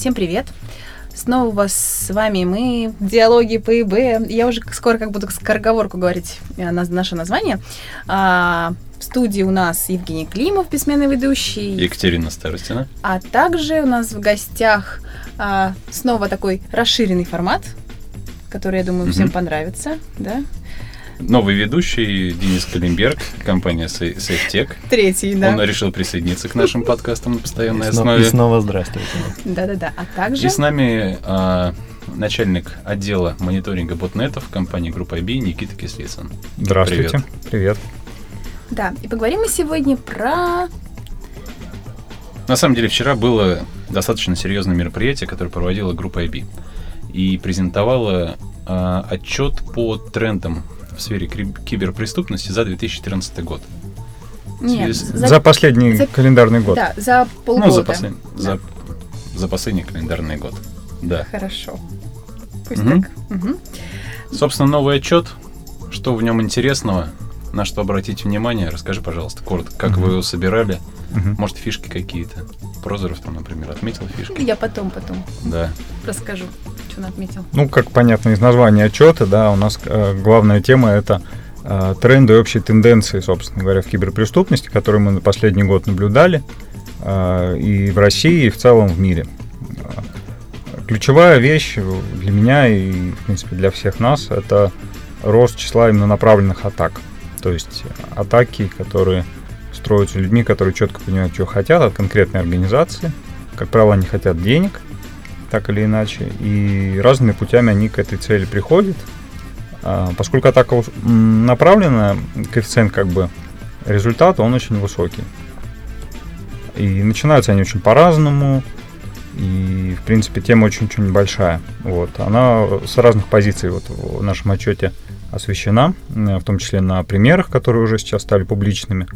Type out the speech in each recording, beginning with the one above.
Всем привет! Снова с вами мы в диалоге по ИБ. Я уже скоро буду скороговорку говорить наше название. В студии у нас Евгений Климов, бессменный ведущий. Екатерина Старостина. А также у нас в гостях снова такой расширенный формат, который, я думаю, всем понравится. Да? Новый ведущий Денис Калимберг, компания SafeTech. Третий, да. Он решил присоединиться к нашим подкастам на постоянной основе. И снова здравствуйте. Да-да-да. А также... И с нами начальник отдела мониторинга ботнетов компании Группа IB Никита Кислицын. Здравствуйте. Привет. Да, и поговорим мы сегодня про... На самом деле, вчера было достаточно серьезное мероприятие, которое проводила Группа IB. И презентовала отчет по трендам в сфере киберпреступности за 2014 год. Нет, за последний календарный год. Да, за полгода. За последний календарный год. Да. Хорошо. Пусть так. Собственно, новый отчет. Что в нем интересного? На что обратить внимание? Расскажи, пожалуйста, коротко, как вы его собирали. Может, фишки какие-то. Прозоров там, например, отметил фишки? Я потом. Да. Расскажу, что он отметил. Ну, как понятно из названия отчета, да, у нас главная тема — это тренды и общие тенденции, собственно говоря, в киберпреступности, которые мы на последний год наблюдали и в России, и в целом в мире. Ключевая вещь для меня и, в принципе, для всех нас — это рост числа именно направленных атак. То есть атаки, которые строятся людьми, которые четко понимают, чего хотят от конкретной организации. Как правило, они хотят денег, так или иначе, и разными путями они к этой цели приходят. Поскольку атака направлена, коэффициент результата, он очень высокий. И начинаются они очень по-разному, и, в принципе, тема очень-очень большая. Она с разных позиций в нашем отчете освещена, в том числе на примерах, которые уже сейчас стали публичными.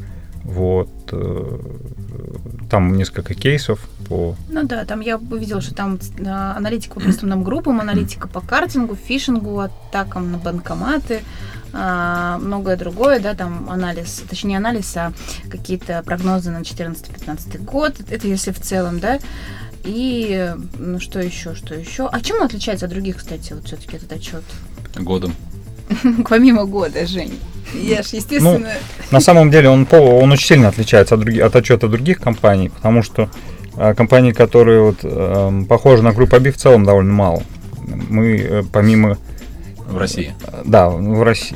Там несколько кейсов по... Ну да, там я увидела, что там аналитика по преступным группам, аналитика по картингу, фишингу, атакам на банкоматы, многое другое, да, там анализ, точнее анализ, а какие-то прогнозы на 2014-2015 год, это если в целом, да, и что еще? А чем он отличается от других, кстати, все-таки этот отчет? Годом. Помимо года, Жень. Я ж, естественно... на самом деле он очень сильно отличается от отчета других компаний, потому что компаний, которые похожи на группу IB, в целом довольно мало. Мы помимо... В России? Да, в России.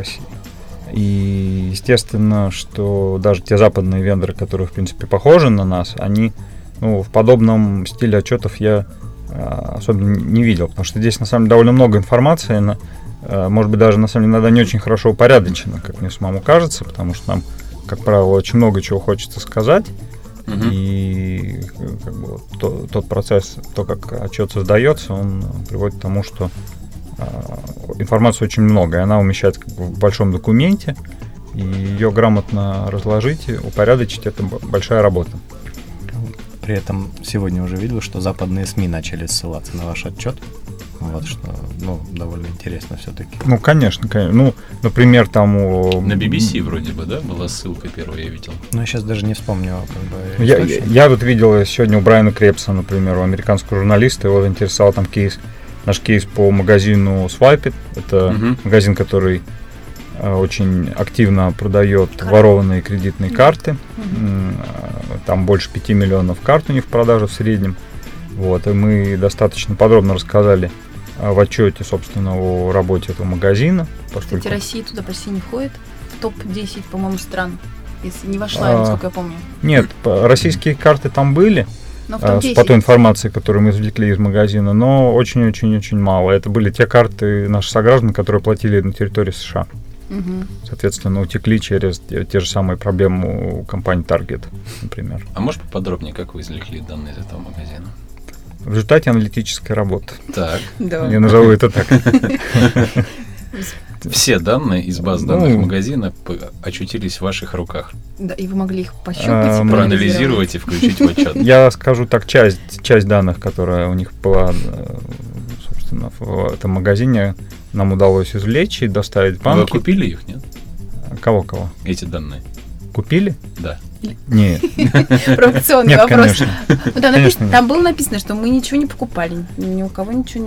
И естественно, что даже те западные вендоры, которые, в принципе, похожи на нас, они в подобном стиле отчетов я особенно не видел, потому что здесь, на самом деле, довольно много информации, может быть, даже, на самом деле, иногда не очень хорошо упорядочено, как мне самому кажется, потому что нам, как правило, очень много чего хочется сказать, и тот процесс, то, как отчет создается, он приводит к тому, что информации очень много, и она умещается в большом документе, и ее грамотно разложить, упорядочить — это большая работа. При этом сегодня уже видел, что западные СМИ начали ссылаться на ваш отчет. Что, довольно интересно все-таки. Конечно. Например, там... На BBC вроде бы, да, была ссылка первая, я видел. Я сейчас даже не вспомню. Я видел сегодня у Брайана Крепса, например, у американского журналиста, его заинтересовал там наш кейс по магазину Swipeit. Это магазин, который очень активно продает ворованные кредитные карты. Там больше 5 миллионов карт у них в продаже в среднем. И мы достаточно подробно рассказали в отчете, собственно, о работе этого магазина. Кстати, Россия туда почти не входит в топ-10, по-моему, стран, если не вошла, насколько я помню. Нет, российские карты там были, по той информации, которую мы извлекли из магазина, но очень-очень-очень мало. Это были те карты наших сограждан, которые платили на территории США. Соответственно, утекли через те же самые проблемы у компании Target, например. А можешь поподробнее, как вы извлекли данные из этого магазина? В результате аналитической работы. Так. Я назову это так. Все данные из баз данных магазина очутились в ваших руках. Да, и вы могли их пощупать, проанализировать и включить в отчет. Я скажу так, часть данных, которая у них была, собственно, в этом магазине, нам удалось извлечь и доставить в банки. Вы купили их, нет? Кого? Эти данные. Купили? Да. Нет. Провокационный Нет, вопрос. конечно. Ну, там было написано, что мы ничего не покупали, ни у кого ничего.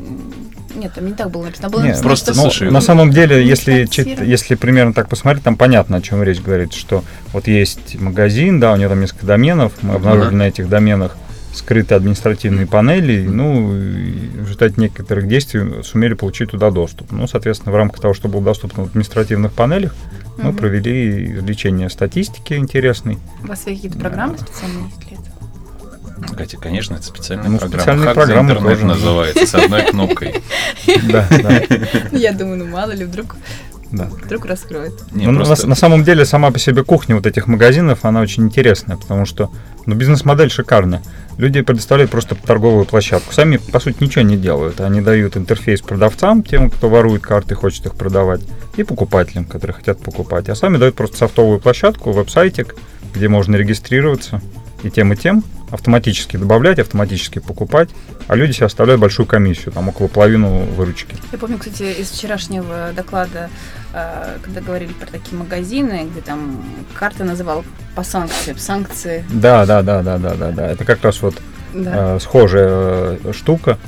Нет, там не так было написано. Было написано, просто что слушай, на самом деле, финансирование. если примерно так посмотреть, там понятно, о чем речь говорит, что вот есть магазин, да, у него там несколько доменов, мы обнаружили на этих доменах скрытые административные панели, ну, и в результате некоторых действий сумели получить туда доступ. Ну, соответственно, в рамках того, что было доступно в административных панелях, мы провели извлечение статистики интересной. У вас какие-то программы специальные есть для этого? Катя, конечно, это специальная Ну, программа. специальные Хак за программы интернет тоже. называется, с одной кнопкой. Да. Я думаю, ну мало ли, вдруг раскроет. Не, Ну, просто- на самом деле, сама по себе кухня вот этих магазинов, она очень интересная, потому что бизнес-модель шикарная. Люди предоставляют просто торговую площадку. Сами, по сути, ничего не делают. Они дают интерфейс продавцам, тем, кто ворует карты, хочет их продавать, и покупателям, которые хотят покупать. А сами дают просто софтовую площадку, веб-сайтик, где можно регистрироваться и тем, автоматически добавлять, автоматически покупать, а люди себе оставляют большую комиссию, там около половины выручки. Я помню, кстати, из вчерашнего доклада, когда говорили про такие магазины, где там карта называла по санкциям. Санкции. Да. Это как раз вот Да. схожая штука.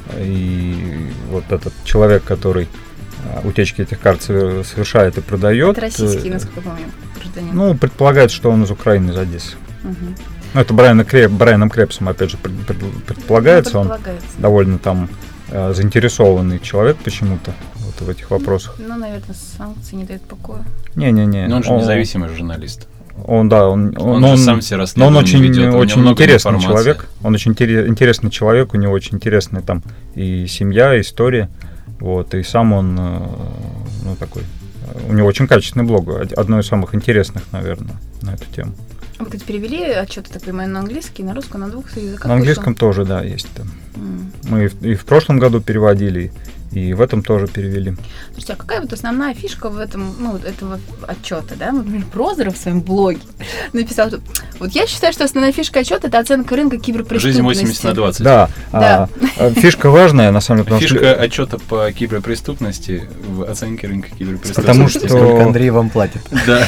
И вот этот человек, который утечки этих карт совершает и продает. Это российский, насколько я помню, гражданин. Ну, предполагает, что он из Украины, из Одессы. Мгм. Ну, это Брайаном Крепсом, опять же, предполагается. Он Предполагается. довольно там заинтересованный человек почему-то вот в этих вопросах. Ну, наверное, санкции не дают покоя. Не-не-не. Но он же независимый журналист. Он Он же сам все но он расследования очень, ведет, у него очень много интересный информации. человек. Он очень интересный человек, у него очень интересная там и семья, и история. Вот, и сам он, ну, такой. У него очень качественный блог, одно из самых интересных, наверное, на эту тему. А вы, кстати, перевели отчеты, так понимаю, на английский, на русском, на двух языках? На английском тоже, да, есть там. М. Мы и в прошлом году переводили, и в этом тоже перевели. Слушайте, а какая вот основная фишка в этом, ну, вот этого отчета, да? Например, Прозоров в своем блоге написал, что вот я считаю, что основная фишка отчета — это оценка рынка киберпреступности. Жизнь 80/20. Да, Да. фишка важная, на самом деле, потому что... Фишка отчета по киберпреступности в оценке рынка киберпреступности. Потому что- Сколько Андрей вам платит? Да.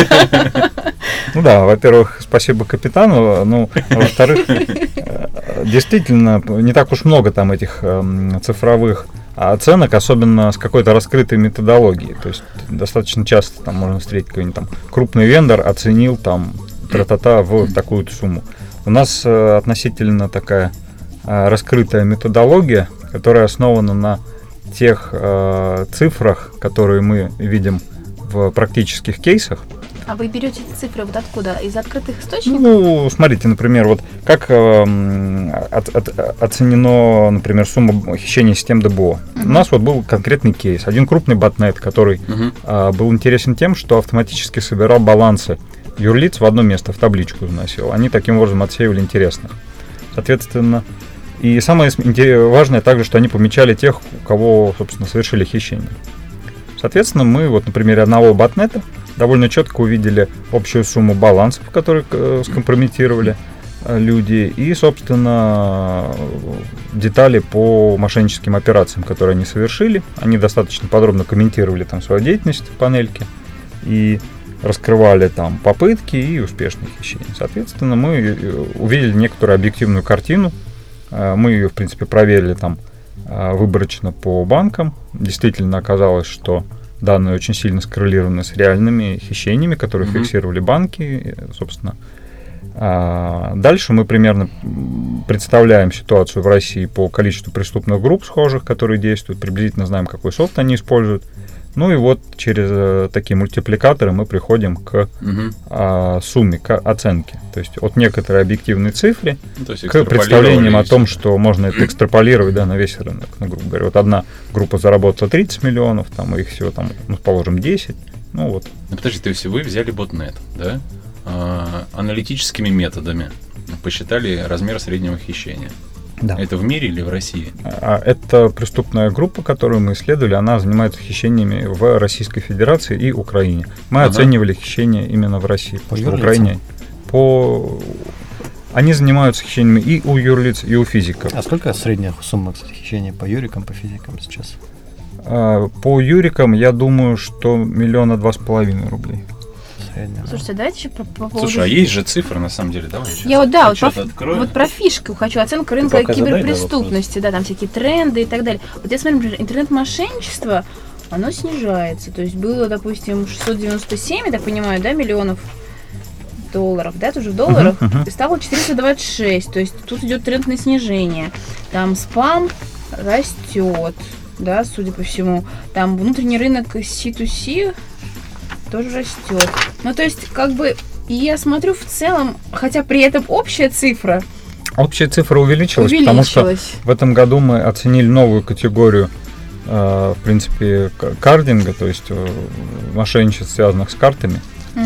Ну да, во-первых, спасибо капитану, ну, во-вторых, действительно, не так уж много там этих цифровых оценок, особенно с какой-то раскрытой методологией. То есть достаточно часто там можно встретить какой-нибудь там крупный вендор оценил там тра-та-та в такую-то сумму. У нас относительно такая раскрытая методология, которая основана на тех цифрах, которые мы видим в практических кейсах. А вы берете эти цифры вот откуда? Из открытых источников? Ну, смотрите, например, вот как оценено, например, сумма хищения систем ДБО. У нас вот был конкретный кейс. Один крупный ботнет, который был интересен тем, что автоматически собирал балансы юрлиц в одно место, в табличку заносил. Они таким образом отсеивали интересных. Соответственно, и самое важное также, что они помечали тех, у кого, собственно, совершили хищение. Соответственно, мы вот на примере одного ботнета довольно четко увидели общую сумму балансов, которые скомпрометировали люди, и, собственно, детали по мошенническим операциям, которые они совершили. Они достаточно подробно комментировали там свою деятельность в панельке и раскрывали там попытки и успешные хищения. Соответственно, мы увидели некоторую объективную картину. Мы ее, в принципе, проверили там выборочно по банкам. Действительно оказалось, что данные очень сильно скоррелированы с реальными хищениями, которые фиксировали банки, собственно. Дальше мы примерно представляем ситуацию в России по количеству преступных групп схожих, которые действуют, приблизительно знаем, какой софт они используют. Ну и вот через такие мультипликаторы мы приходим к сумме, к оценке. То есть от некоторой объективной цифры к представлениям о том, что можно это экстраполировать, да, на весь рынок. Ну, грубо говоря, вот одна группа заработала 30 миллионов, там их всего, там, ну, положим, 10. Ну вот. Ну, подожди, то есть вы взяли ботнет, да? Аналитическими методами посчитали размер среднего хищения. Да. Это в мире или в России? Это преступная группа, которую мы исследовали. Она занимается хищениями в Российской Федерации и Украине. Мы оценивали хищения именно в России. По в Украине. Они занимаются хищениями и у юрлиц, и у физиков. А сколько средняя сумма, кстати, хищения по юрикам, по физикам сейчас? По юрикам, я думаю, что 2,5 миллиона рублей. средняя. Слушайте, давайте еще по поводу... Слушай, а есть же цифры, на самом деле, давай сейчас. Я вот, да, открою. про фишку хочу. Оценка рынка киберпреступности, да, там всякие тренды и так далее. Вот я смотрю, например, интернет-мошенничество, оно снижается. То есть было, допустим, 697, я так понимаю, да, миллионов долларов, да, тоже в долларах, и стало 426. То есть тут идет тренд на снижение. Там спам растет, да, судя по всему. Там внутренний рынок C2C тоже растет. Ну, то есть, как бы, я смотрю в целом, хотя при этом общая цифра увеличилась, потому что в этом году мы оценили новую категорию, в принципе, кардинга, то есть мошенничеств, связанных с картами.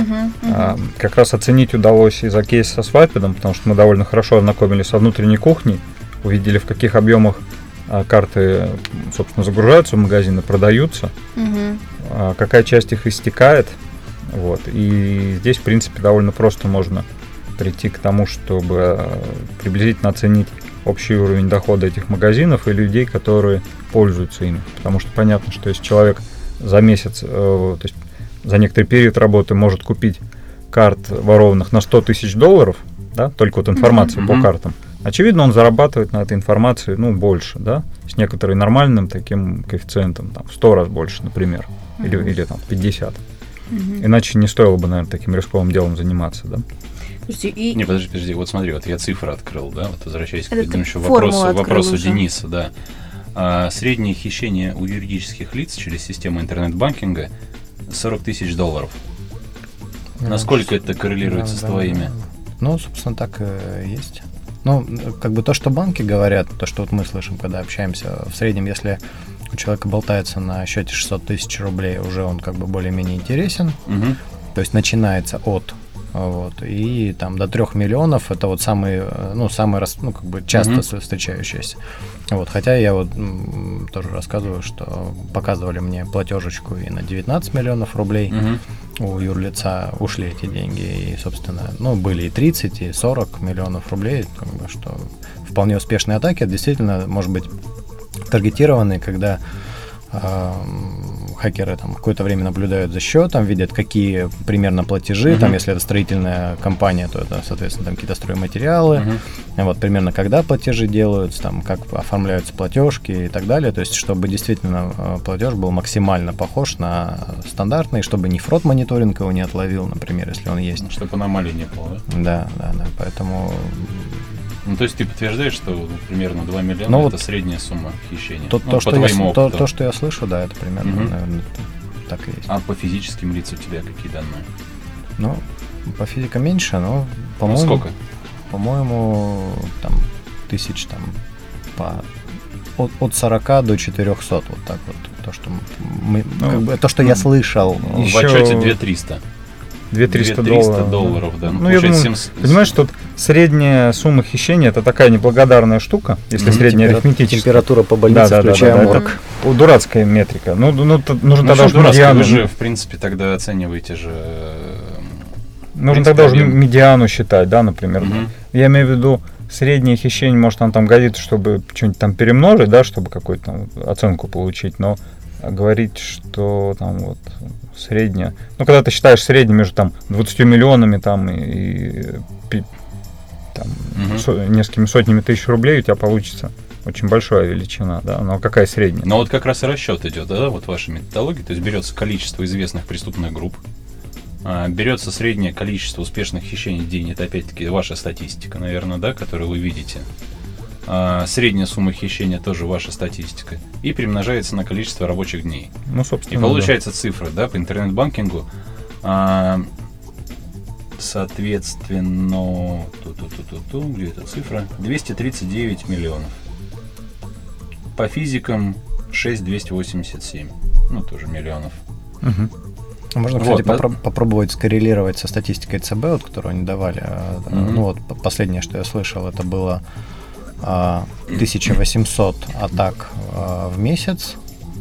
Как раз оценить удалось из-за кейса со Свайпедом, потому что мы довольно хорошо ознакомились со внутренней кухней, увидели, в каких объемах карты, собственно, загружаются в магазины, продаются, какая часть их истекает. Вот. И здесь, в принципе, довольно просто можно прийти к тому, чтобы приблизительно оценить общий уровень дохода этих магазинов и людей, которые пользуются ими. Потому что понятно, что если человек за месяц, то есть за некоторый период работы может купить карт ворованных на 100 тысяч долларов, да, только вот информация по картам, очевидно, он зарабатывает на этой информации, ну, больше, да, с некоторым нормальным таким коэффициентом, там, в 100 раз больше, например, или там 50. Иначе не стоило бы, наверное, таким рисковым делом заниматься, да? Слушайте, Не, подожди, вот смотри, вот я цифры открыл, да, вот возвращаясь к предыдущему вопросу Дениса, да. Среднее хищение у юридических лиц через систему интернет-банкинга 40 тысяч долларов. Насколько это коррелируется с твоими? Ну, собственно, так и есть. Ну, как бы то, что банки говорят, то, что вот мы слышим, когда общаемся, в среднем, если у человека болтается на счете 600 тысяч рублей, уже он как бы более-менее интересен. То есть начинается от, вот, и там до 3 миллионов это вот самые, как бы часто встречающиеся. Вот, хотя я вот тоже рассказываю, что показывали мне платежечку и на 19 миллионов рублей у юрлица ушли эти деньги, и, собственно, были и 30, и 40 миллионов рублей, как бы, что вполне успешные атаки, действительно, может быть, таргетированные, когда хакеры там какое-то время наблюдают за счетом, видят, какие примерно платежи, там, если это строительная компания, то это, соответственно, там какие-то стройматериалы, вот, примерно когда платежи делаются, там, как оформляются платежки и так далее, то есть, чтобы действительно платеж был максимально похож на стандартный, чтобы ни фрод-мониторинг его не отловил, например, если он есть. Чтобы аномалий не было, да? Да, поэтому... Ну, то есть ты подтверждаешь, что примерно 2 миллиона это вот средняя сумма хищения? То, что я слышу, да, это примерно, наверное, так и есть. А по физическим лицам у тебя какие данные? Ну, по физикам меньше, но, по-моему... сколько? По-моему, там, тысяч, там, от 40 до 400, вот так вот, то, что мы, как бы, то, что я слышал. В отчете 2300. 2300 долларов, да. Ну, я думаю, понимаешь, тут средняя сумма хищения — это такая неблагодарная штука, если средняя арифметическая. Температура по больнице, включая морг. Дурацкая метрика. Нужно тогда уже медиану. Вы же, в принципе, тогда оцениваете же... Нужно тогда уже медиану считать, да, например. Я имею в виду, среднее хищение, может, оно там годится, чтобы что-нибудь там перемножить, да, чтобы какую-то там оценку получить, но говорить, что там вот средняя... Ну, когда ты считаешь среднее между там 20 миллионами там и несколькими сотнями тысяч рублей, у тебя получится очень большая величина, да, но какая средняя? Но вот как раз и расчет идет, да, вот ваша методология, то есть берется количество известных преступных групп, берется среднее количество успешных хищений в день, это опять-таки ваша статистика, наверное, да, которую вы видите. Средняя сумма хищения тоже ваша статистика, и примножается на количество рабочих дней. Ну, собственно, и получается цифра, да, по интернет-банкингу, соответственно, где эта цифра? 239 миллионов. По физикам 6287, ну, тоже миллионов. Можно, кстати, попробовать скоррелировать со статистикой ЦБ, вот, которую они давали. Ну, вот последнее, что я слышал, это было 1800 атак в месяц,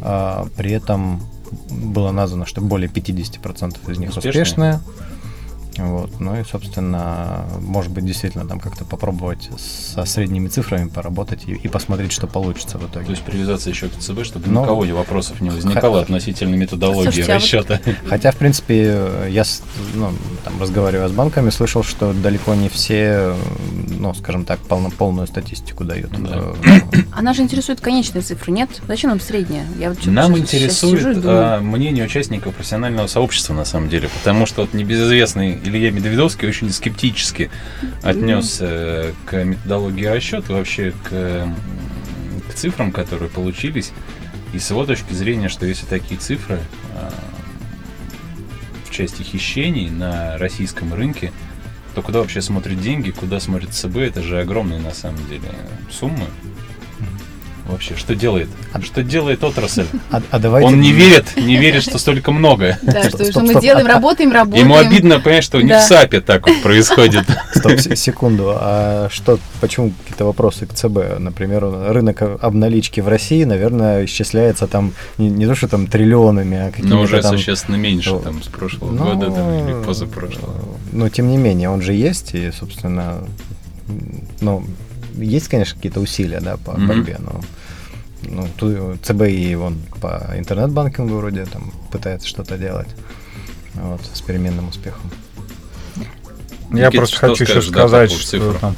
при этом было названо, что более 50% из них успешные. Вот. Ну и, собственно, может быть, действительно там как-то попробовать со средними цифрами поработать и посмотреть, что получится в итоге. То есть привязаться еще к ЦБ, чтобы ни у кого вопросов не возникало относительно методологии расчета. Хотя, в принципе, я там, разговаривая с банками, слышал, что далеко не все, скажем так, полную статистику дают. Да. Она же интересует конечные цифры, нет? Зачем нам средняя? Нам интересует мнение участников профессионального сообщества, на самом деле, потому что небезызвестный Илья Медведовский очень скептически отнесся к методологии расчета, вообще к цифрам, которые получились, и с его точки зрения, что если такие цифры в части хищений на российском рынке, то куда вообще смотрят деньги, куда смотрит ЦБ, это же огромные на самом деле суммы. Вообще, что делает? Что делает отрасль? Он не верит, что столько много. Да, что мы делаем, работаем. Ему обидно, понимаешь, что не в САПе так вот происходит. Стоп, секунду. А почему какие-то вопросы к ЦБ? Например, рынок обналички в России, наверное, исчисляется там не то, что там триллионами, а какими-то но уже там... существенно меньше там с прошлого года или позапрошлого. Но, тем не менее, он же есть, и, собственно, есть, конечно, какие-то усилия, да, по борьбе, но ЦБ и он по интернет-банкингу вроде там пытается что-то делать, вот, с переменным успехом. Я просто хочу еще сказать, что там,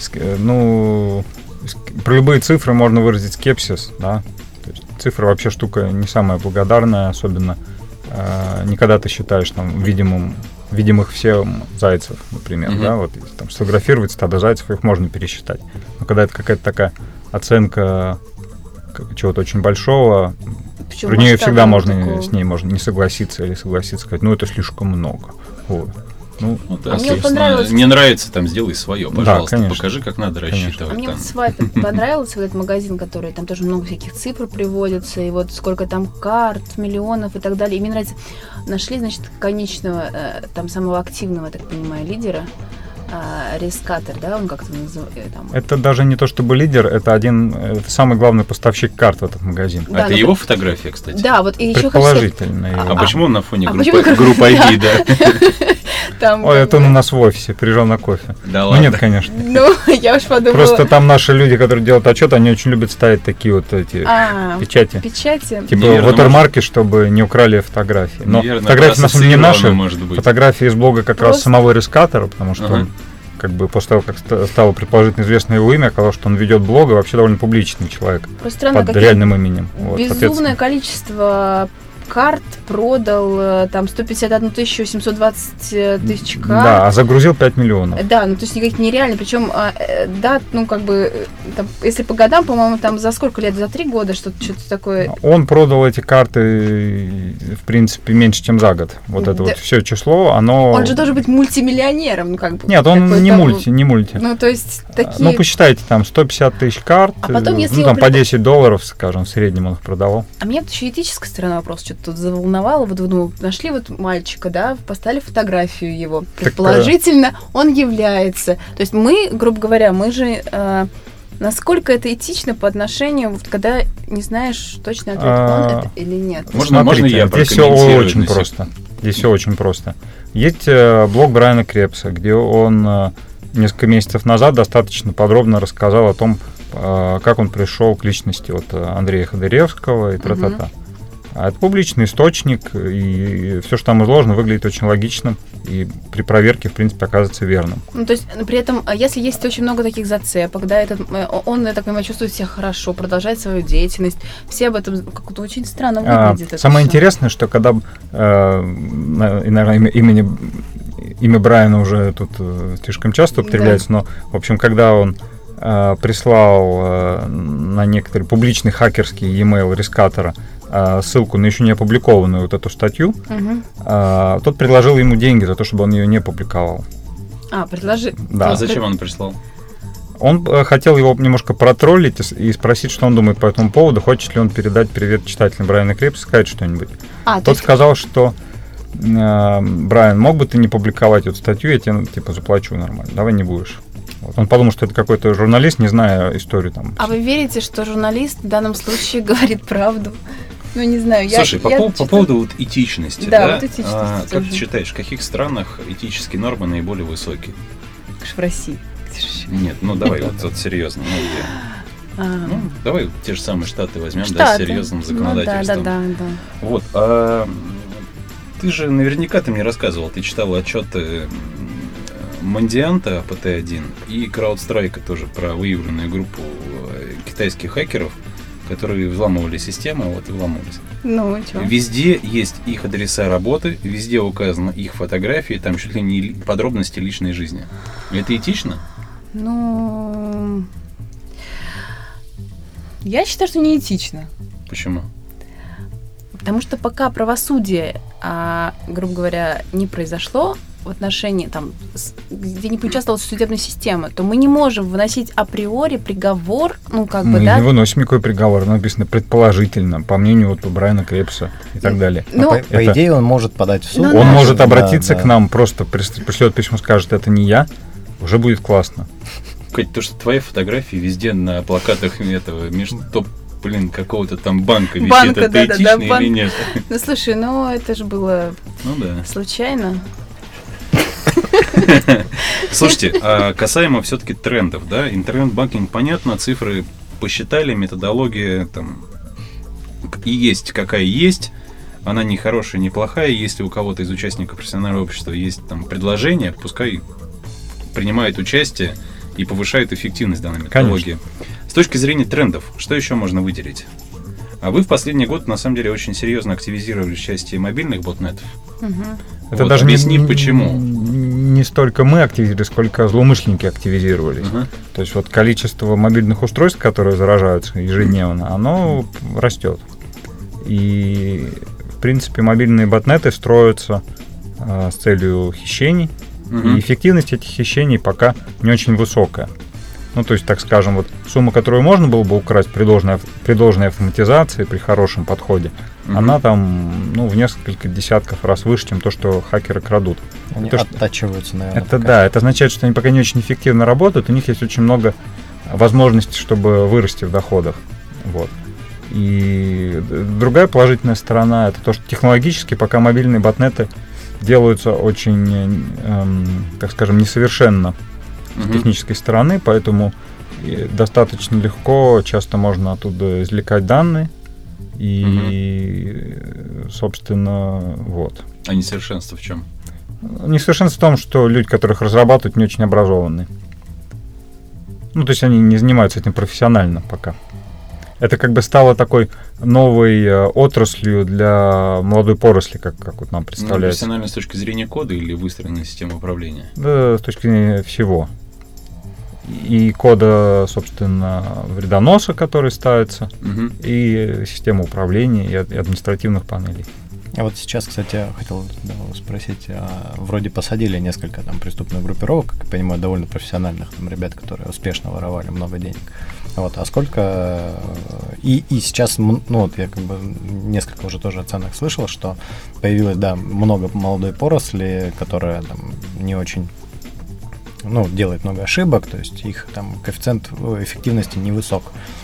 про любые цифры можно выразить скепсис, да. То есть цифры вообще штука не самая благодарная, особенно никогда ты считаешь там видимых всем зайцев, например, да, вот там сфотографировать стадо зайцев, их можно пересчитать. Но когда это какая-то такая оценка чего-то очень большого, про нее всегда с ней можно не согласиться или согласиться, сказать, это слишком много. Вот. Мне понравилось... Не нравится, там сделай свое, пожалуйста, да, покажи, как надо рассчитывать. Мне в Свайпе понравился этот магазин, который там тоже много всяких цифр приводится, и вот сколько там карт, миллионов и так далее. И мне нравится, нашли, значит, конечного, там самого активного, я так понимаю, лидера, Рескатер, да, он как-то называется. Это даже не то чтобы лидер, это самый главный поставщик карт в этот магазин. Да, это его фотография, кстати? Да, вот и еще предположительно. А почему он на фоне группы ID, да? Это он у нас в офисе, приезжал на кофе. Да ладно. Нет, конечно. Я уж подумала. Просто там наши люди, которые делают отчет, они очень любят ставить такие вот эти печати. Типа watermarки, чтобы не украли фотографии. Но фотографии на самом деле не наши. Фотографии из блога как раз самого Рескатера, потому что он как бы после того, как стало предположительно известно его имя, оказалось, что он ведет блог и вообще довольно публичный человек под реальным именем. Безумное количество карт продал, там 151 720 тысяч карт. Да, а загрузил 5 миллионов. Да, то есть никаких нереально. Причем, да, там, если по годам, по-моему, там за сколько лет? За 3 года что-то такое. Он продал эти карты, в принципе, меньше, чем за год. Вот это вот все число, оно... Он же должен быть мультимиллионером, Нет, он не мульти. То есть такие... посчитайте, там 150 тысяч карт, а потом, если там по $10, скажем, в среднем он их продавал. А мне еще этическая сторона вопроса что-то тут заволновало. Нашли мальчика, да, поставили фотографию его. Предположительно, он является. То есть мы, грубо говоря, мы же... насколько это этично по отношению, когда не знаешь точно ответ, он это или нет? Можно я здесь все очень просто. Здесь все очень просто. Есть блог Брайана Крепса, где он несколько месяцев назад достаточно подробно рассказал о том, как он пришел к личности Андрея Ходыревского и тра-та-та. А это публичный источник, и все, что там изложено, выглядит очень логичным, и при проверке, в принципе, оказывается верным. То есть, при этом, если есть очень много таких зацепок, да, он, я так понимаю, чувствует себя хорошо, продолжает свою деятельность, все об этом как-то очень странно выглядит. Самое интересное, что когда, наверное, имя Брайана уже тут слишком часто употребляется, но, в общем, когда он прислал на некоторые публичный хакерский e-mail Рескатера ссылку на еще не опубликованную вот эту статью, тот предложил ему деньги за то, чтобы он ее не публиковал. Предложил? Да. А зачем он прислал? Он хотел его немножко протроллить и спросить, что он думает по этому поводу, хочет ли он передать привет читателям Брайана Крепса, сказать что-нибудь. Тот сказал, что Брайан, мог бы ты не публиковать эту статью, я тебе заплачу нормально, давай не будешь. Он подумал, что это какой-то журналист, не зная историю там. А вы верите, что журналист в данном случае говорит правду? Ну, не знаю. Слушай, по поводу вот этичности, да? Вот этичность. Как ты считаешь, в каких странах этические нормы наиболее высокие? В России. Нет, ну давай, вот серьезно. Ну, давай вот те же самые Штаты возьмем, с серьезным законодательством. Да. Вот, ты же наверняка мне рассказывал, ты читал отчеты Мондианта ПТ-1 и CrowdStrike тоже про выявленную группу китайских хакеров, которые взламывали систему, и взломались. Ну, и что? Везде есть их адреса работы, везде указаны их фотографии, там чуть ли не подробности личной жизни. Это этично? Ну, я считаю, что не этично. Почему? Потому что пока правосудие, грубо говоря, не произошло в отношении, там, где не поучаствовала судебная система, то мы не можем выносить априори приговор, Мы не выносим никакой приговор, написано предположительно, по мнению Брайана Крепса и так далее. По идее, он может подать в суд. Он может обратиться к нам, просто пришлет письмо, скажет, это не я, уже будет классно. Кать, то, что твои фотографии везде на плакатах этого какого-то там банка висит, это этично или нет? Ну, слушай, это же было случайно. Слушайте, касаемо все-таки трендов, да, интернет-банкинг, понятно, цифры посчитали, методология там и есть какая есть, она не хорошая, не плохая, если у кого-то из участников профессионального общества есть там предложение, пускай принимает участие и повышает эффективность данной методологии. Конечно. С точки зрения трендов, что еще можно выделить? А вы в последний год, на самом деле, очень серьезно активизировали части мобильных ботнетов. Угу. Это даже объясни, почему. Не столько мы активизировали, сколько злоумышленники активизировались. Угу. То есть количество мобильных устройств, которые заражаются ежедневно, оно растет. И, в принципе, мобильные ботнеты строятся с целью хищений. Угу. И эффективность этих хищений пока не очень высокая. То есть, так скажем, сумма, которую можно было бы украсть при должной автоматизации, при хорошем подходе, она там, в несколько десятков раз выше, чем то, что хакеры крадут. Они оттачиваются, наверное. Это означает, что они пока не очень эффективно работают, у них есть очень много возможностей, чтобы вырасти в доходах. И другая положительная сторона — это то, что технологически пока мобильные ботнеты делаются очень, так скажем, несовершенно с технической стороны, поэтому достаточно легко, часто можно оттуда извлекать данные, и, собственно, А несовершенство в чем? Несовершенство в том, что люди, которых разрабатывают, не очень образованные. То есть они не занимаются этим профессионально пока. Это стало такой новой отраслью для молодой поросли, как нам представляется. Профессионально с точки зрения кода или выстроенной системы управления? Да, с точки зрения всего. И кода, собственно, вредоноса, который ставится, и система управления, и административных панелей. А сейчас, кстати, я хотел спросить, вроде посадили несколько преступных группировок, как я понимаю, довольно профессиональных ребят, которые успешно воровали много денег. А сколько... И сейчас, я несколько уже тоже оценок слышал, что появилось, много молодой поросли, которая не очень... делает много ошибок, то есть их коэффициент эффективности невысок.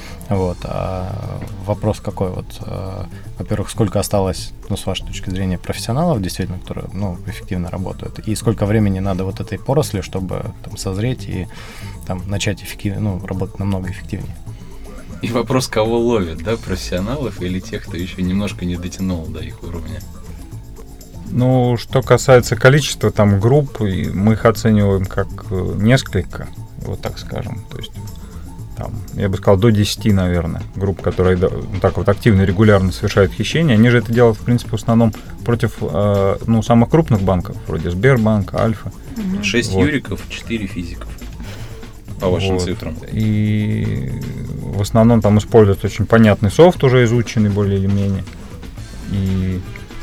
А вопрос какой? Во-первых, сколько осталось, с вашей точки зрения, профессионалов, действительно, которые, эффективно работают, и сколько времени надо этой поросли, чтобы созреть и начать работать намного эффективнее? И вопрос, кого ловят, профессионалов или тех, кто еще немножко не дотянул до их уровня? Что касается количества групп, мы их оцениваем как несколько, так скажем. То есть я бы сказал, до 10, наверное, групп, которые активно и регулярно совершают хищения. Они же это делают, в принципе, в основном против самых крупных банков, вроде Сбербанка, Альфа. 6 юриков, 4 физиков, по вашим цифрам. И в основном используется очень понятный софт, уже изученный более или менее. И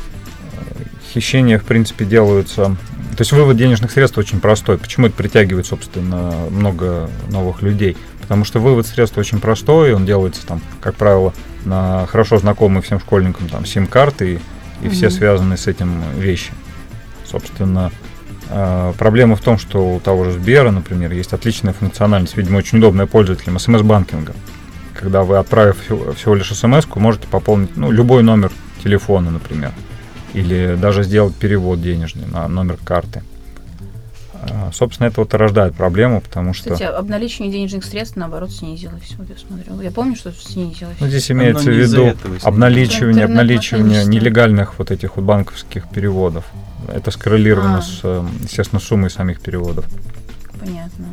хищения, в принципе, делаются... То есть вывод денежных средств очень простой. Почему это притягивает, собственно, много новых людей? Потому что вывод средств очень простой, он делается, как правило, на хорошо знакомые всем школьникам сим-карты и все связанные с этим вещи. Собственно, проблема в том, что у того же Сбера, например, есть отличная функциональность, видимо, очень удобная пользователям СМС-банкинга, когда вы, отправив всего лишь смс-ку, можете пополнить любой номер телефона, например, или даже сделать перевод денежный на номер карты. Собственно, это вот и рождает проблему, потому что... Кстати, обналичивание денежных средств, наоборот, снизилось. Вот я смотрю. Я помню, что снизилось. Здесь имеется в виду обналичивание нелегальных вот этих вот банковских переводов. Это скоррелировано естественно, с суммой самих переводов. Понятно.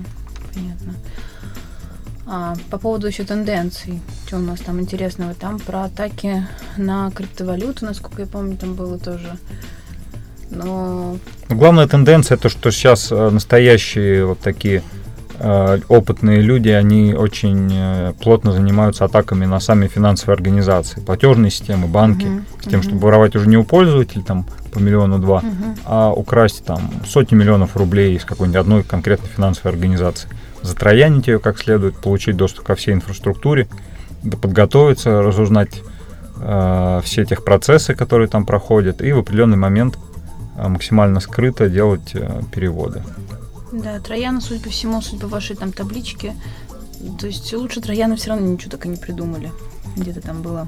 По поводу еще тенденций, что у нас там интересного? Там про атаки на криптовалюту, насколько я помню, там было тоже. Но... Главная тенденция то, что сейчас настоящие вот такие опытные люди, они очень плотно занимаются атаками на сами финансовые организации, платежные системы, банки, с тем, чтобы воровать уже не у пользователей там по 1-2 миллиона, а украсть там сотни миллионов рублей из какой-нибудь одной конкретной финансовой организации, затроянить ее как следует, получить доступ ко всей инфраструктуре, подготовиться, разузнать все техпроцессы, которые там проходят, и в определенный момент максимально скрыто делать переводы. Да, трояны, судя по всему, судя по вашей там табличке, то есть лучше трояны все равно ничего так и не придумали. Где-то там было.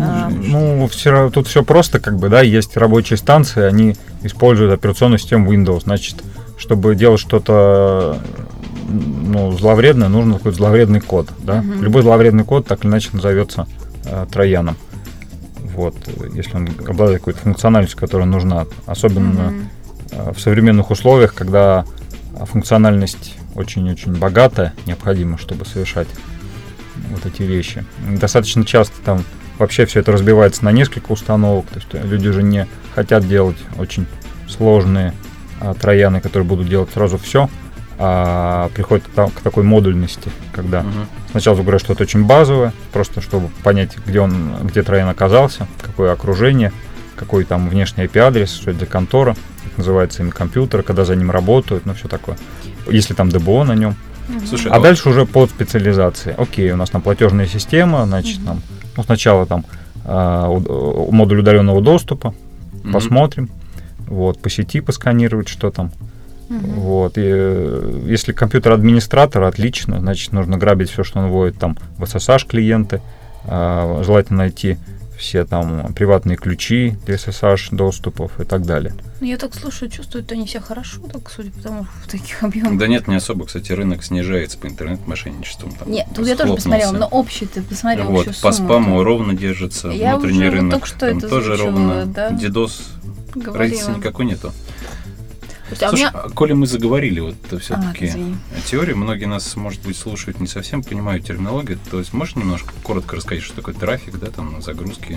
Тут все просто, есть рабочие станции, они используют операционную систему Windows. Значит, чтобы делать что-то зловредное, нужен какой-то зловредный код. Да? Любой зловредный код так или иначе назовется трояном. Вот, если он обладает какой-то функциональностью, которая нужна. Особенно в современных условиях, когда функциональность очень-очень богатая, необходима, чтобы совершать вот эти вещи. Достаточно часто там вообще все это разбивается на несколько установок. То есть люди же не хотят делать очень сложные трояны, которые будут делать сразу все, а приходит к такой модульности, когда сначала выбирают что-то очень базовое, просто чтобы понять, где троян оказался, какое окружение, какой там внешний IP-адрес, что это за контора, как называется имя компьютера, когда за ним работают, все такое. Если там ДБО на нем. Слушай, дальше уже под специализацией. Окей, у нас там платежная система, значит, сначала там модуль удаленного доступа, посмотрим, по сети посканировать, что там. Вот. И если компьютер администратора, отлично, значит, нужно грабить все, что он вводит там в SSH клиенты, желательно найти все там приватные ключи для SSH доступов и так далее. Я так слушаю, чувствуют они себя хорошо, так судя по тому, в таких объемах. Да нет, не особо, кстати, рынок снижается по интернет-мошенничеству. Нет, тут я тоже посмотрела, но общий ты посмотрел общую по сумму. спаму ровно держится, я внутренний уже рынок, только что там это тоже звучало, ровно, да? DDoS, разницы никакой нету. Слушай, коли мы заговорили все-таки о теории, многие нас, может быть, слушают, не совсем понимают терминологию, то есть можешь немножко коротко рассказать, что такое трафик, да, там, загрузки?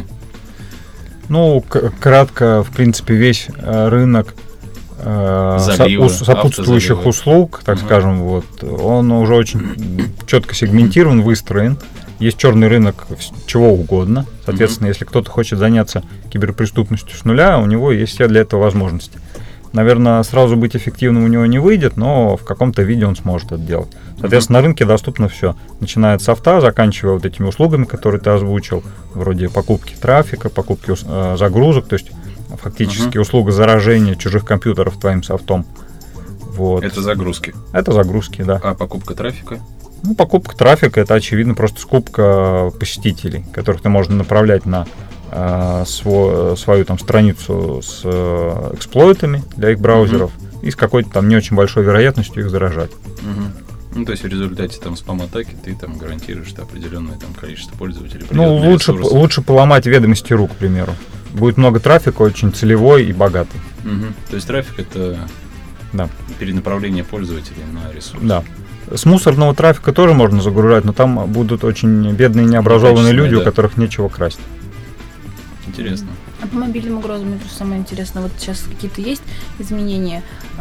Кратко, в принципе, весь рынок сопутствующих услуг, так скажем, он уже очень четко сегментирован, выстроен. Есть черный рынок чего угодно. Соответственно, если кто-то хочет заняться киберпреступностью с нуля, у него есть все для этого возможности. Наверное, сразу быть эффективным у него не выйдет, но в каком-то виде он сможет это делать. Соответственно, на рынке доступно все. Начиная от софта, заканчивая вот этими услугами, которые ты озвучил, вроде покупки трафика, покупки загрузок, то есть фактически услуга заражения чужих компьютеров твоим софтом. Вот. Это загрузки? Это загрузки, да. А покупка трафика? Покупка трафика — это, очевидно, просто скупка посетителей, которых ты можешь направлять на свою там страницу с эксплойтами для их браузеров и с какой-то там не очень большой вероятностью их заражать. То есть в результате там спам-атаки ты там гарантируешь определенное там количество пользователей. Лучше поломать ведомости рук, к примеру. Будет много трафика, очень целевой и богатый. То есть трафик — это перенаправление пользователей на ресурс. Да. С мусорного трафика тоже можно загружать, но там будут очень бедные необразованные люди, у которых нечего красть. Интересно. А по мобильным угрозам мне просто самое интересное, вот сейчас какие-то есть изменения,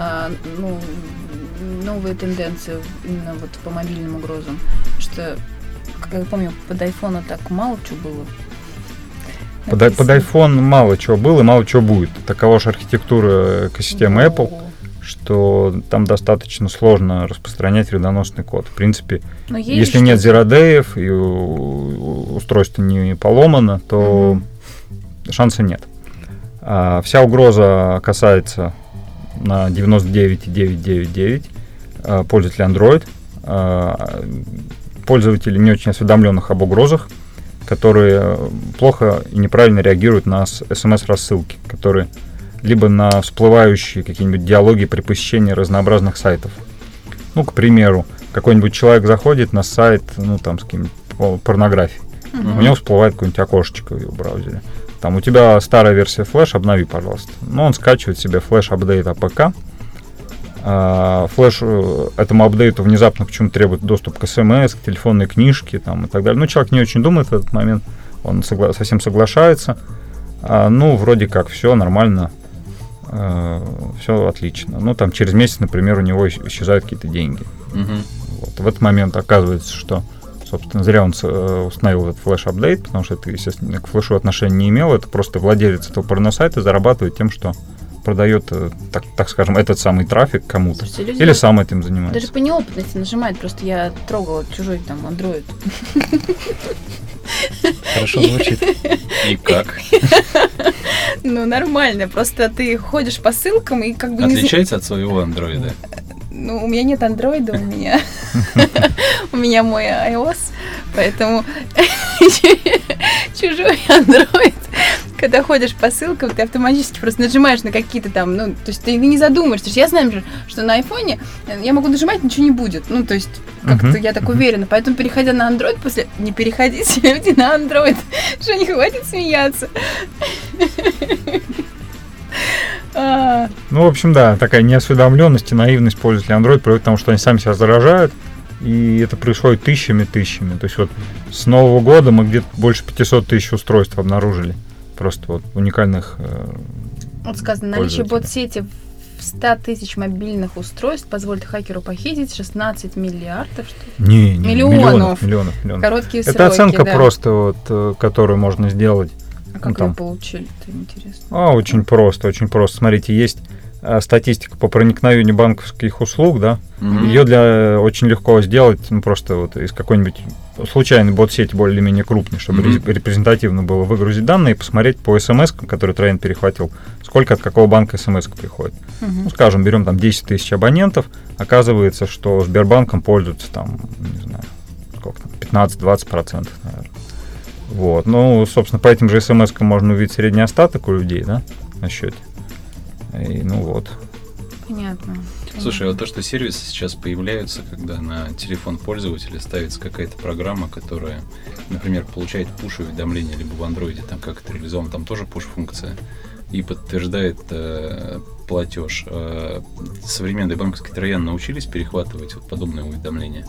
новые тенденции именно вот по мобильным угрозам, что, как я помню, под iPhone так мало чего было. Под iPhone мало чего было и мало чего будет. Такова же архитектура экосистемы Apple, что там достаточно сложно распространять вредоносный код. В принципе, если нет zero-day'ев и устройство не поломано, то шанса нет. Вся угроза касается на 99,999 пользователей Android. пользователей, не очень осведомленных об угрозах, которые плохо и неправильно реагируют на смс-рассылки, которые либо на всплывающие какие-нибудь диалоги при посещении разнообразных сайтов. Ну, к примеру, какой-нибудь человек заходит на сайт, ну, там, с каким-нибудь порнографией. У него всплывает какое-нибудь окошечко в его браузере. Там, у тебя старая версия Flash, обнови, пожалуйста. Ну, он скачивает себе Flash-апдейт АПК. Flash этому апдейту внезапно почему-то требует доступ к СМС, к телефонной книжке там, и так далее. Ну, человек не очень думает в этот момент, он совсем соглашается. Ну, вроде как, все нормально, все отлично. Ну, там, через месяц, например, у него исчезают какие-то деньги. Вот. В этот момент оказывается, что, собственно, зря он установил этот флеш-апдейт, потому что это, естественно, к флешу отношения не имело. Это просто владелец этого порносайта зарабатывает тем, что продает, так скажем, этот самый трафик кому-то. Слушайте, или сам этим занимается. Даже по неопытности нажимает, просто я трогала чужой там Android. Хорошо звучит. И как? Ну, нормально, просто ты ходишь по ссылкам и как бы... Отличается от своего андроида? Ну, у меня нет андроида, у меня мой iOS, поэтому чужой андроид, когда ходишь по ссылкам, ты автоматически просто нажимаешь на какие-то там, ну, то есть ты не задумаешься. Я знаю, что на айфоне я могу нажимать, ничего не будет. Ну, то есть как-то я так уверена. Поэтому, переходя на Android, не переходите люди на Android, что не хватит смеяться. Ну, в общем, да, такая неосведомленность и наивность пользователей Android приводит к тому, что они сами себя заражают, и это происходит тысячами. То есть вот с Нового года мы где-то больше 500 тысяч устройств обнаружили. Просто вот уникальных Вот сказано, наличие бот-сети в 100 тысяч мобильных устройств позволит хакеру похитить 16 миллиардов, что ли? Миллионов. Короткие сроки, это оценка просто, вот, которую можно сделать. А как ее получили, это интересно? Очень просто. Смотрите, есть статистика по проникновению банковских услуг, да, ее очень легко сделать, ну, просто вот из какой-нибудь случайной бот-сети более-менее крупной, чтобы репрезентативно было выгрузить данные и посмотреть по смс, который Троян перехватил, сколько от какого банка смс приходит. Ну, скажем, берем там 10 тысяч абонентов, оказывается, что Сбербанком пользуются там, не знаю, сколько там, 15-20%, наверное. Вот. Ну, собственно, по этим же смс-кам можно увидеть средний остаток у людей, да, на счете. И, ну вот. Понятно. Слушай, а вот то, что сервисы сейчас появляются, когда на телефон пользователя ставится какая-то программа, которая, например, получает пуш-уведомления, либо в андроиде, там как это реализовано, там тоже пуш-функция, и подтверждает платеж. Современные банковские трояны научились перехватывать вот подобные уведомления?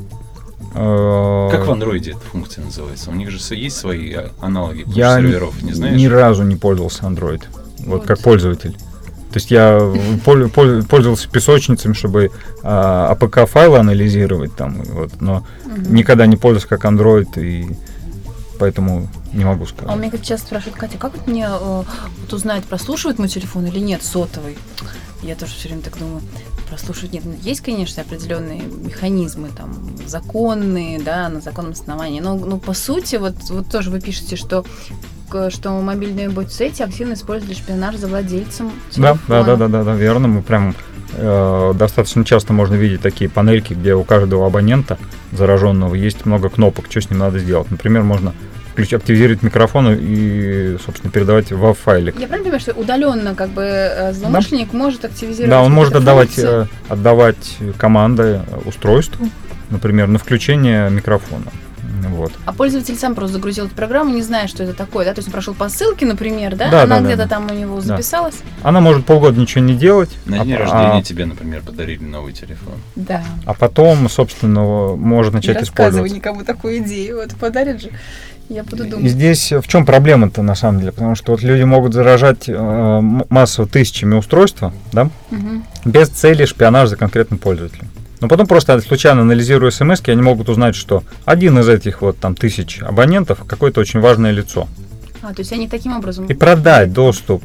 Как в андроиде эта функция называется? У них же есть свои аналоги пуш-серверов, не знаешь? Ни разу не пользовался Android, вот как пользователь. То есть я пользовался песочницами, чтобы APK-файлы анализировать, там, вот, но никогда не пользовался как Android, и поэтому не могу сказать. А у меня часто спрашивают: Катя, как вот мне вот узнать, прослушивает мой телефон или нет, сотовый? Я тоже все время так думаю, прослушивать нет. Есть, конечно, определенные механизмы, там, законные, да, на законном основании, но по сути, вот тоже вы пишете, что мобильные бот-сети активно используют для шпионажа за владельцем телефона. Да, верно. Мы прям достаточно часто можно видеть такие панельки, где у каждого абонента зараженного есть много кнопок, что с ним надо сделать. Например, можно активизировать микрофон и, собственно, передавать WAV-файлик. Я правильно понимаю, что удаленно как бы злоумышленник может активизировать? Да, он может отдавать команды устройству, например, на включение микрофона. Вот. А пользователь сам просто загрузил эту программу, не зная, что это такое, да? То есть он прошел по ссылке, например, да? Она где-то там у него записалась. Она может полгода ничего не делать. На день рождения тебе, например, подарили новый телефон. Да. А потом, собственно, может начать использовать. Не рассказывай никому такую идею, вот подарят же. Я буду думать. И здесь в чем проблема-то, на самом деле? Потому что вот люди могут заражать массово тысячами устройства, да? Без цели шпионажа за конкретным пользователем. Но потом просто случайно анализируя смс-ки, они могут узнать, что один из этих вот там 1000 абонентов какое-то очень важное лицо. То есть они таким образом... И продать доступ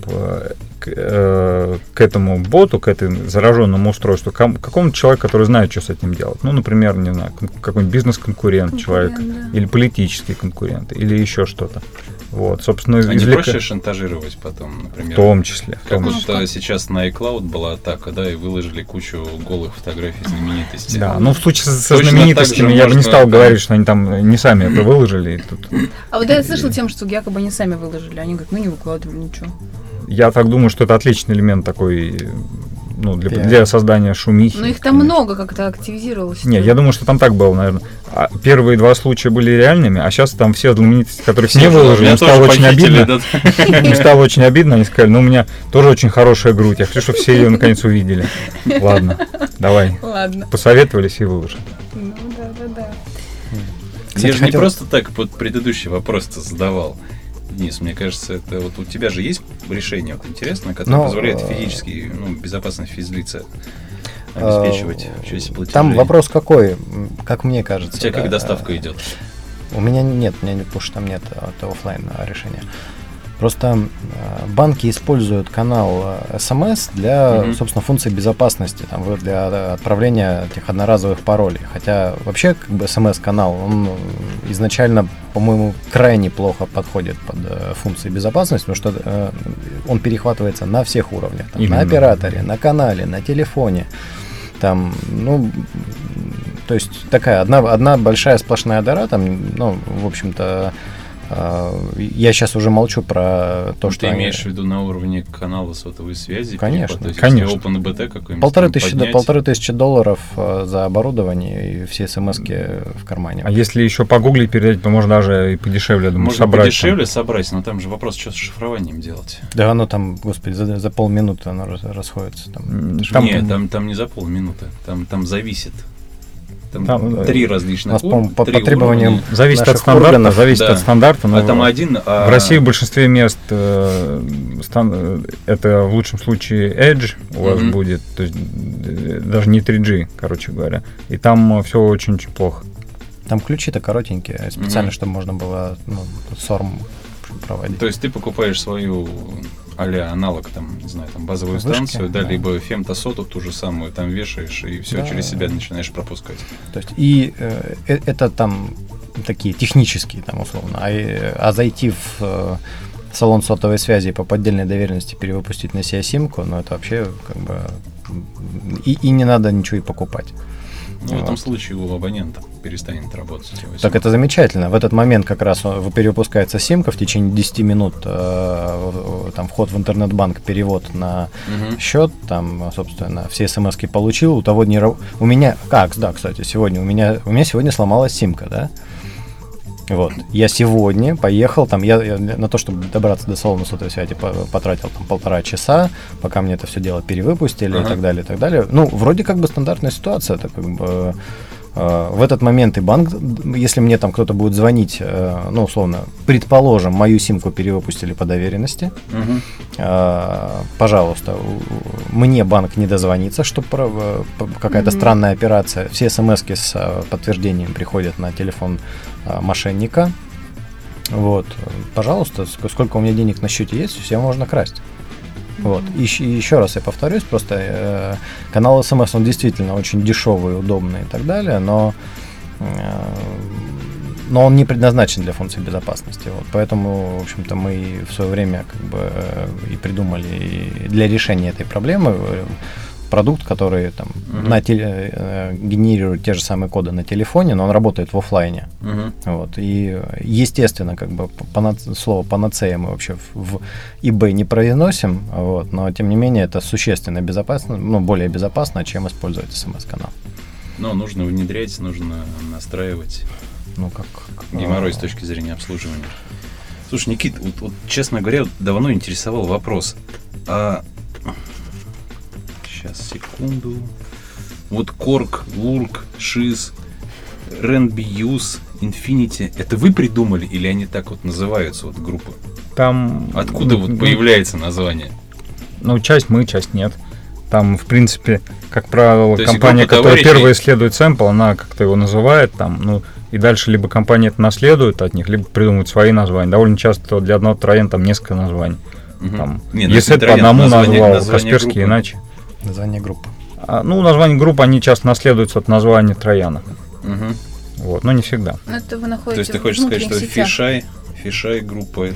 к этому боту, к этому зараженному устройству, какому-то человеку, который знает, что с этим делать. Ну, например, не знаю, какой-нибудь бизнес-конкурент человек, или политический конкурент, или еще что-то. Вот, собственно, А не проще шантажировать потом, например? В том числе. Как вот сейчас на iCloud была атака, да, и выложили кучу голых фотографий знаменитостей. Да, ну в случае со Точно знаменитостями я бы не стал говорить, что они там не сами это выложили. И тут... А вот я слышал тем, что якобы они сами выложили. Они говорят, мы не выкладывали ничего. Я так думаю, что это отличный элемент такой, ну, для создания шумихи. Но их там много как-то активизировалось. Не, я думаю, что там так было, наверное. Первые 2 случая были реальными, а сейчас там все знаменитости, которых не выложили, им стало очень обидно. Им стало очень обидно, они сказали, ну, у меня тоже очень хорошая грудь, я хочу, чтобы все ее наконец увидели. Ладно, давай. Ладно. Посоветовались и выложили. Ну, да. Я же не просто так под предыдущий вопрос-то задавал. Денис, мне кажется, это вот у тебя же есть решение, вот интересно, которое позволяет физически, безопасность физлица обеспечивать в части платежей. Там вопрос какой, как мне кажется. У тебя как доставка идет? У меня нет, потому что там нет, это офлайн решения. Просто банки используют канал SMS для, собственно, функции безопасности, там, для отправления этих одноразовых паролей. Хотя вообще как бы SMS-канал, он изначально, по-моему, крайне плохо подходит под функции безопасности, потому что он перехватывается на всех уровнях. Там, на операторе, на канале, на телефоне. Там, то есть такая одна большая сплошная дыра, там, в общем-то, я сейчас уже молчу про то, что... Ты имеешь в виду на уровне канала сотовой связи? Конечно. То есть, конечно. OpenBT какой-нибудь $1500 за оборудование и все смс-ки в кармане. А если еще погуглить, передать, то можно даже и подешевле, думаю, можно собрать. Подешевле собрать, но там же вопрос, что с шифрованием делать. Да, оно там, господи, за полминуты оно расходится. Там не за полминуты, там зависит. Там 3 различных по требованиям зависит от стандарта, но там один. В России в большинстве мест это в лучшем случае Edge у вас будет, то есть даже не 3G, короче говоря. И там все очень-очень плохо. Там ключи-то коротенькие, специально, чтобы можно было SORM проводить. То есть ты покупаешь свою а-ля аналог, там, не знаю, там базовую станцию, да, либо фемтосоту ту же самую там вешаешь и все через себя начинаешь пропускать. То есть и это там такие технические, там, условно, а зайти в салон сотовой связи и по поддельной доверенности перевыпустить на себя симку, это вообще как бы и не надо ничего и покупать. В этом случае у абонента перестанет работать. Так это замечательно. В этот момент как раз перевыпускается симка, в течение 10 минут там вход в интернет-банк, перевод на счет, там, собственно, все смс-ки получил, у того не... У меня... кстати, сегодня у меня сегодня сломалась симка, да? Вот. Я сегодня поехал, там, я на то, чтобы добраться до салона сотовой связи, потратил там 1,5 часа, пока мне это все дело перевыпустили и так далее, и так далее. Вроде как бы стандартная ситуация, это как бы в этот момент и банк, если мне там кто-то будет звонить, условно, предположим, мою симку перевыпустили по доверенности, пожалуйста, мне банк не дозвонится, что какая-то странная операция. Все смс-ки с подтверждением приходят на телефон мошенника. Вот, пожалуйста, сколько у меня денег на счете есть, все можно красть. Вот. И еще раз я повторюсь, просто канал СМС, он действительно очень дешевый, удобный и так далее, но он не предназначен для функций безопасности. Вот. Поэтому, в общем-то, мы в свое время как бы и придумали и для решения этой проблемы продукт, который там генерирует те же самые коды на телефоне, но он работает в офлайне. Вот. И, естественно, как бы слово панацея мы вообще в eBay не произносим, вот, но тем не менее это существенно безопасно, более безопасно, чем использовать смс-канал. Но нужно внедрять, нужно настраивать. Геморрой с точки зрения обслуживания. Слушай, Никит, вот честно говоря, давно интересовал вопрос. Сейчас, секунду. Вот Korg, Lurk, Shiz, Renbius, Infinity. Это вы придумали или они так вот называются, вот группы? Там... Откуда появляется название? Часть мы, часть нет. Там, в принципе, как правило, компания, которая первая исследует сэмпл, она как-то его называет там, и дальше либо компания это наследует от них, либо придумывает свои названия. Довольно часто для одного троена там несколько названий. Там, если это по одному назвал, Касперский иначе. Название группы. Название группы, они часто наследуются от названия трояна. Вот, но не всегда. Но это вы находите. То есть ты хочешь сказать, что фишай группа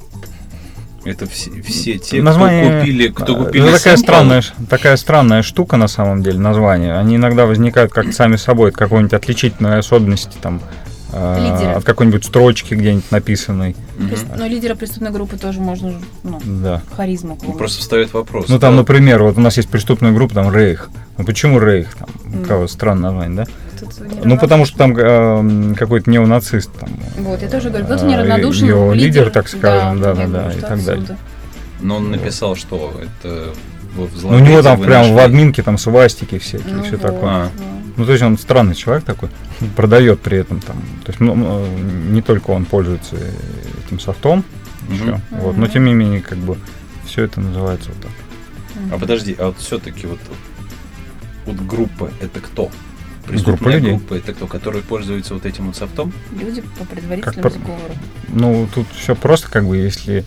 это все те, название, кто купили такая странная штука на самом деле, название. Они иногда возникают как сами собой, от какой-нибудь отличительной особенности, там, от какой-нибудь строчки где-нибудь написанной. Но лидера преступной группы тоже можно, харизму. Просто встает вопрос. Ну, там, например, вот у нас есть преступная группа, там, Рейх. Ну, почему Рейх? Там, странное название, да? Ну, потому что там какой-то неонацист. Там, вот, я тоже говорю, кто-то неравнодушен. Его лидер, так скажем, да, и так далее. Но он написал, что это... у него там прям в админке там свастики всякие, все такое. Ну, то есть он странный человек такой, продает при этом там. То есть не только он пользуется этим софтом, еще, вот, но тем не менее, как бы, все это называется вот так. А подожди, а вот все-таки вот группа это кто? Преступная группа это кто, которые пользуются вот этим вот софтом? Люди по предварительному сговору. Ну, тут все просто, как бы, если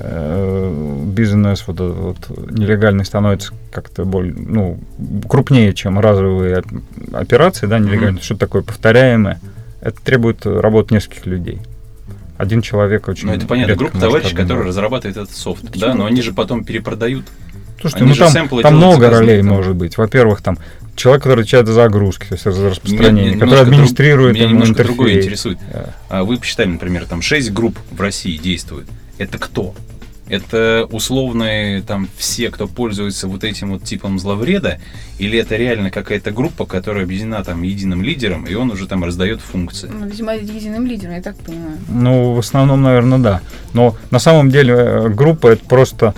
бизнес вот нелегальный становится как-то более, крупнее, чем разовые операции, да, нелегальные, что-то такое повторяемое, это требует работы нескольких людей. Один человек очень... Ну, это понятно, группа товарищей, которые разрабатывают этот софт, да, но они же потом перепродают. Слушайте, там много ролей может быть. Во-первых, там человек, который отвечает за загрузки, то есть за распространение, который администрирует интерфейс. Меня немножко другое интересует. Вы посчитали, например, там 6 групп в России действует. Это кто? Это условные там все, кто пользуется вот этим вот типом зловреда, или это реально какая-то группа, которая объединена там единым лидером, и он уже там раздает функции? Ну, видимо, единым лидером, я так понимаю. Ну, в основном, наверное, да. Но на самом деле группа — это просто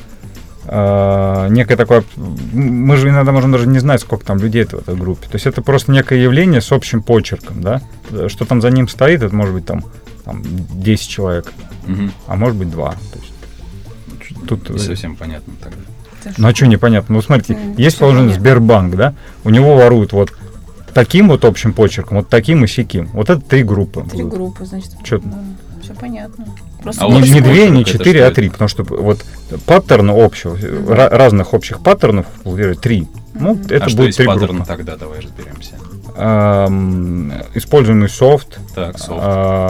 некое такое... Мы же иногда можем даже не знать, сколько там людей в этой группе. То есть это просто некое явление с общим почерком, да? Что там за ним стоит, это может быть там 10 человек, а может быть 2. То есть тут... Не совсем понятно тогда. Ну а что непонятно? Ну смотрите, есть положение Сбербанк, да? У него воруют вот таким вот общим почерком, вот таким и сяким. Вот это 3 группы. 3 группы, значит. Все понятно. Просто не 2, не 4, а 3, потому что вот паттерна общего, разных общих паттернов 3. Ну, это будет 3 группы. Паттерны тогда, давай разберемся. Используемый софт. Так, софт.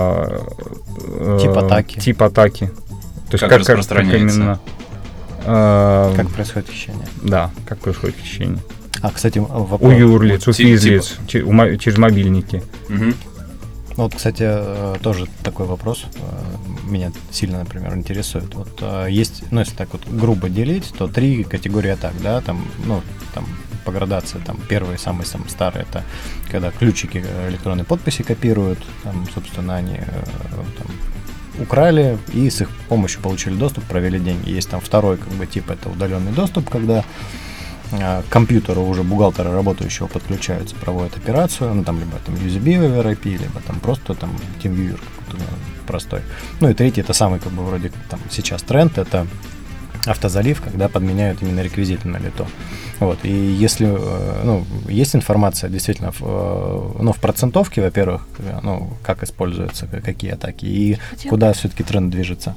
Тип атаки. То есть как распространяется? Как происходит хищение. Да, как происходит хищение. Кстати, вопрос. У юрлиц, у физлиц, через мобильники. Ну, вот, кстати, тоже такой вопрос меня сильно, например, интересует. Вот есть, если так вот грубо делить, то 3 категории атак, да, там по градации, там первые, самые старые, это когда ключики электронной подписи копируют, там, собственно, они украли и с их помощью получили доступ, провели деньги. Есть там второй тип, это удаленный доступ, когда к компьютеру уже бухгалтера работающего подключаются, проводят операцию, либо там USB over IP, либо там просто там TeamViewer какой-то простой. Ну и третий, это самый вроде там сейчас тренд, это автозалив, когда подменяют именно реквизиты на лето. Вот, и если, есть информация действительно в процентовке, во-первых, как используются, какие атаки, и куда все-таки тренд движется?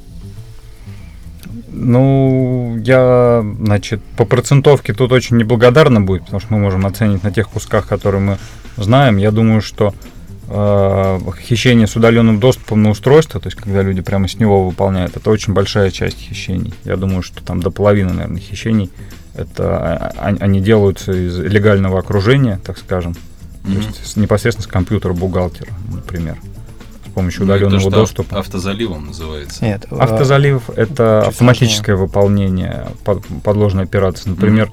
Ну, я, по процентовке тут очень неблагодарно будет, потому что мы можем оценить на тех кусках, которые мы знаем. Я думаю, что хищение с удаленным доступом на устройство, то есть когда люди прямо с него выполняют, это очень большая часть хищений. Я думаю, что там до половины, наверное, хищений они делаются из легального окружения, так скажем, то есть непосредственно с компьютера бухгалтера, например. С помощью удаленного доступа. Автозаливом называется. Нет, автозалив — это автоматическое выполнение подложной операции. Например,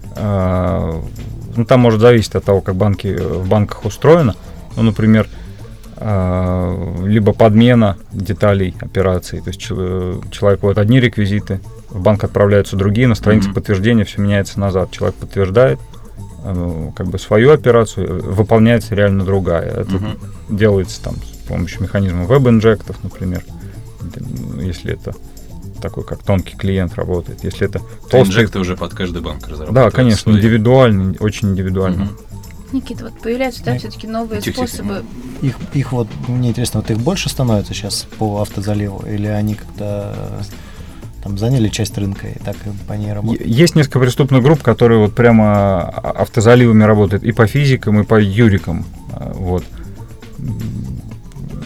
там может зависеть от того, как в банках устроено. Ну, например, либо подмена деталей операции. То есть человек вводит одни реквизиты, в банк отправляются другие, на странице подтверждения все меняется назад. Человек подтверждает свою операцию, выполняется реально другая. Это делается там с помощью механизма веб-инжектов, например, если это такой, как тонкий клиент работает. Если это толстый... Инжекты уже под каждый банк разрабатывают. Да, конечно, индивидуальный, очень индивидуальный. Никита, вот появляются, все-таки новые способы. Их мне интересно, их больше становится сейчас по автозаливу, или они как-то заняли часть рынка и так по ней работают? Есть несколько преступных групп, которые прямо автозаливами работают и по физикам, и по юрикам. Вот.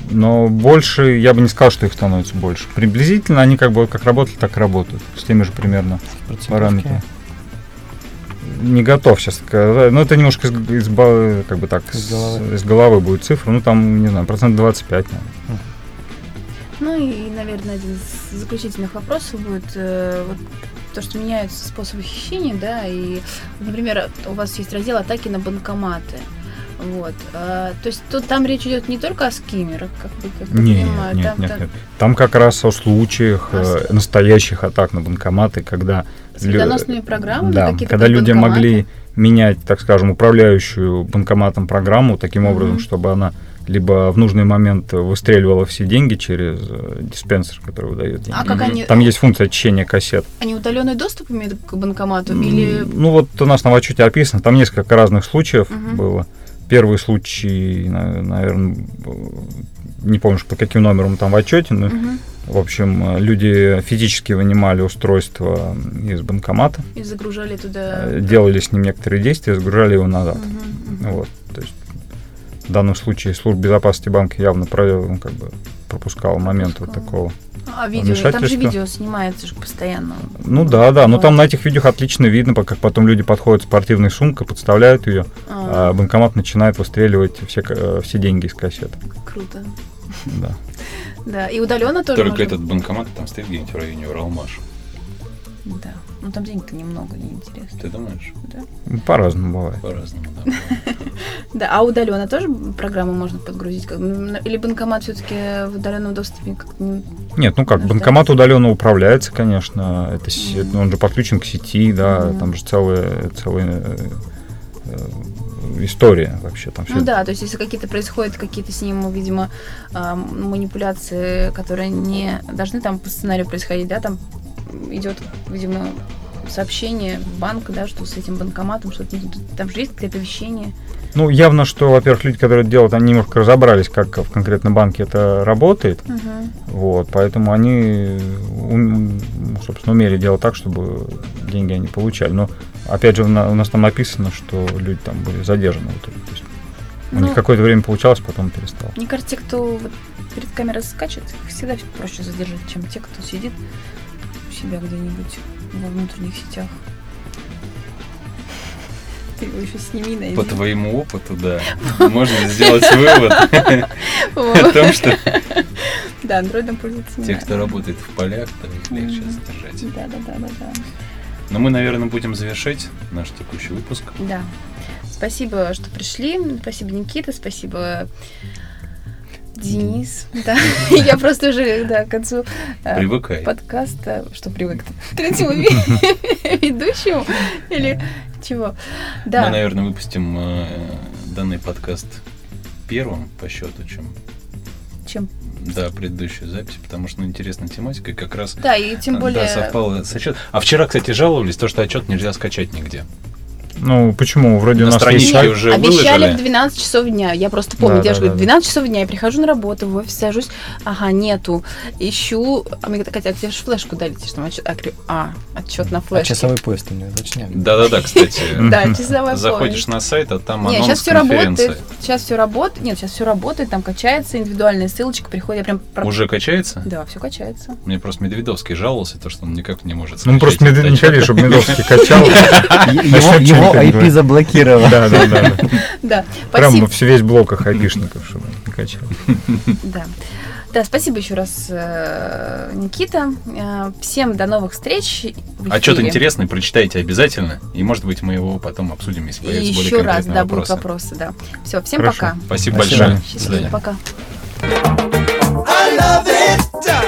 Но больше, я бы не сказал, что их становится больше. Приблизительно они как бы как работали, так и работают. С теми же примерно параметрами. Не готов сейчас сказать. Ну, это немножко из головы будет цифра. Ну, там, не знаю, 25%, наверное. Ну и, наверное, один из заключительных вопросов будет вот то, что меняются способы хищения, да, и, например, у вас есть раздел атаки на банкоматы. Вот. То есть там речь идет не только о скиммерах, как бы, нет. Там как раз о случаях настоящих атак на банкоматы, когда с вредоносными программами, да, когда люди могли менять, так скажем, управляющую банкоматом программу таким образом, чтобы она либо в нужный момент выстреливала все деньги через диспенсер, который выдает деньги. А как они... Там есть функция очищения кассет. Они удаленный доступ имеют к банкомату? Или... Ну вот у нас на отчете описано, там несколько разных случаев было. Первый случай, наверное, не помню, по каким номерам там в отчете, но, в общем, люди физически вынимали устройство из банкомата. И загружали туда... Делали с ним некоторые действия, загружали его назад. Вот, то есть в данном случае служба безопасности банка явно пропускала момент вот такого. А видео, там же видео снимается же постоянно. Ну да, но там на этих видео отлично видно, как потом люди подходят с спортивной сумкой, подставляют ее, а банкомат начинает выстреливать все деньги из кассет. Круто. Да. Да, и удаленно тоже. Только этот банкомат там стоит где-нибудь в районе Уралмаша. Да. Ну там денег-то немного, неинтересно. Ты думаешь? Да. По-разному бывает. По-разному, да. Да, а удаленно тоже программу можно подгрузить? Или банкомат все-таки в удаленном доступе как-то... Нет, банкомат удаленно управляется, конечно. Он же подключен к сети, да, там же целая история вообще там. Ну да, то есть если происходят какие-то с ним, видимо, манипуляции, которые не должны там по сценарию происходить, да, там идет, видимо, сообщение в банк, да, что с этим банкоматом, что там же есть какое-то оповещение. Ну, явно, что, во-первых, люди, которые это делают, они немножко разобрались, как в конкретном банке это работает. Вот, поэтому они, собственно, умели делать так, чтобы деньги они получали. Но, опять же, у нас там написано, что люди там были задержаны. То есть у них какое-то время получалось, потом перестало. Мне кажется, те, кто перед камерой скачет, их всегда проще задержать, чем те, кто сидит у себя где-нибудь во внутренних сетях. Ты его еще сними, найди. По твоему опыту, да. Можно сделать вывод о том, что да, андроидом пользуются. Те, кто работает в полях, то их легче задержать. Да. Но мы, наверное, будем завершить наш текущий выпуск. Да. Спасибо, что пришли. Спасибо, Никита. Спасибо, Денис. Да. Я просто уже к концу подкаста. Что привык? К третьему ведущему? Или чего? Да. Мы, наверное, выпустим данный подкаст первым по счету, чем предыдущую запись, потому что интересная тематика, и как раз да, и тем более совпало с отчетом. А вчера, кстати, жаловались, что отчет нельзя скачать нигде. Ну, почему? Вроде на у нас страничке уже обещали выложили. в 12 часов дня. Я просто помню, я же говорю, 12 часов дня, я прихожу на работу, в офис сажусь, нету. Ищу, мне говорят, Катя, тебе же флешку дали, что отчет. Я говорю, отчет на флешке. Часовой поезд у меня уточняли. Да, кстати. Да, часовой поезд. Заходишь на сайт, а там анонс конференции. Сейчас все работает. Нет, сейчас все работает, там качается индивидуальная ссылочка, приходит, я прям... Уже качается? Да, все качается. Мне просто Медведовский жаловался, то, что он никак не может скачать. Ну, просто не ходи, чтобы Медведовский качал. Его IP заблокировал. Да. Прям весь блок их айпишников, чтобы не качал. Да, спасибо еще раз, Никита. Всем до новых встреч. Отчет интересный, прочитайте обязательно. И, может быть, мы его потом обсудим, если появятся более конкретные вопросы. Еще раз, будут вопросы, да. Все, всем пока. Спасибо большое. Счастливо, пока.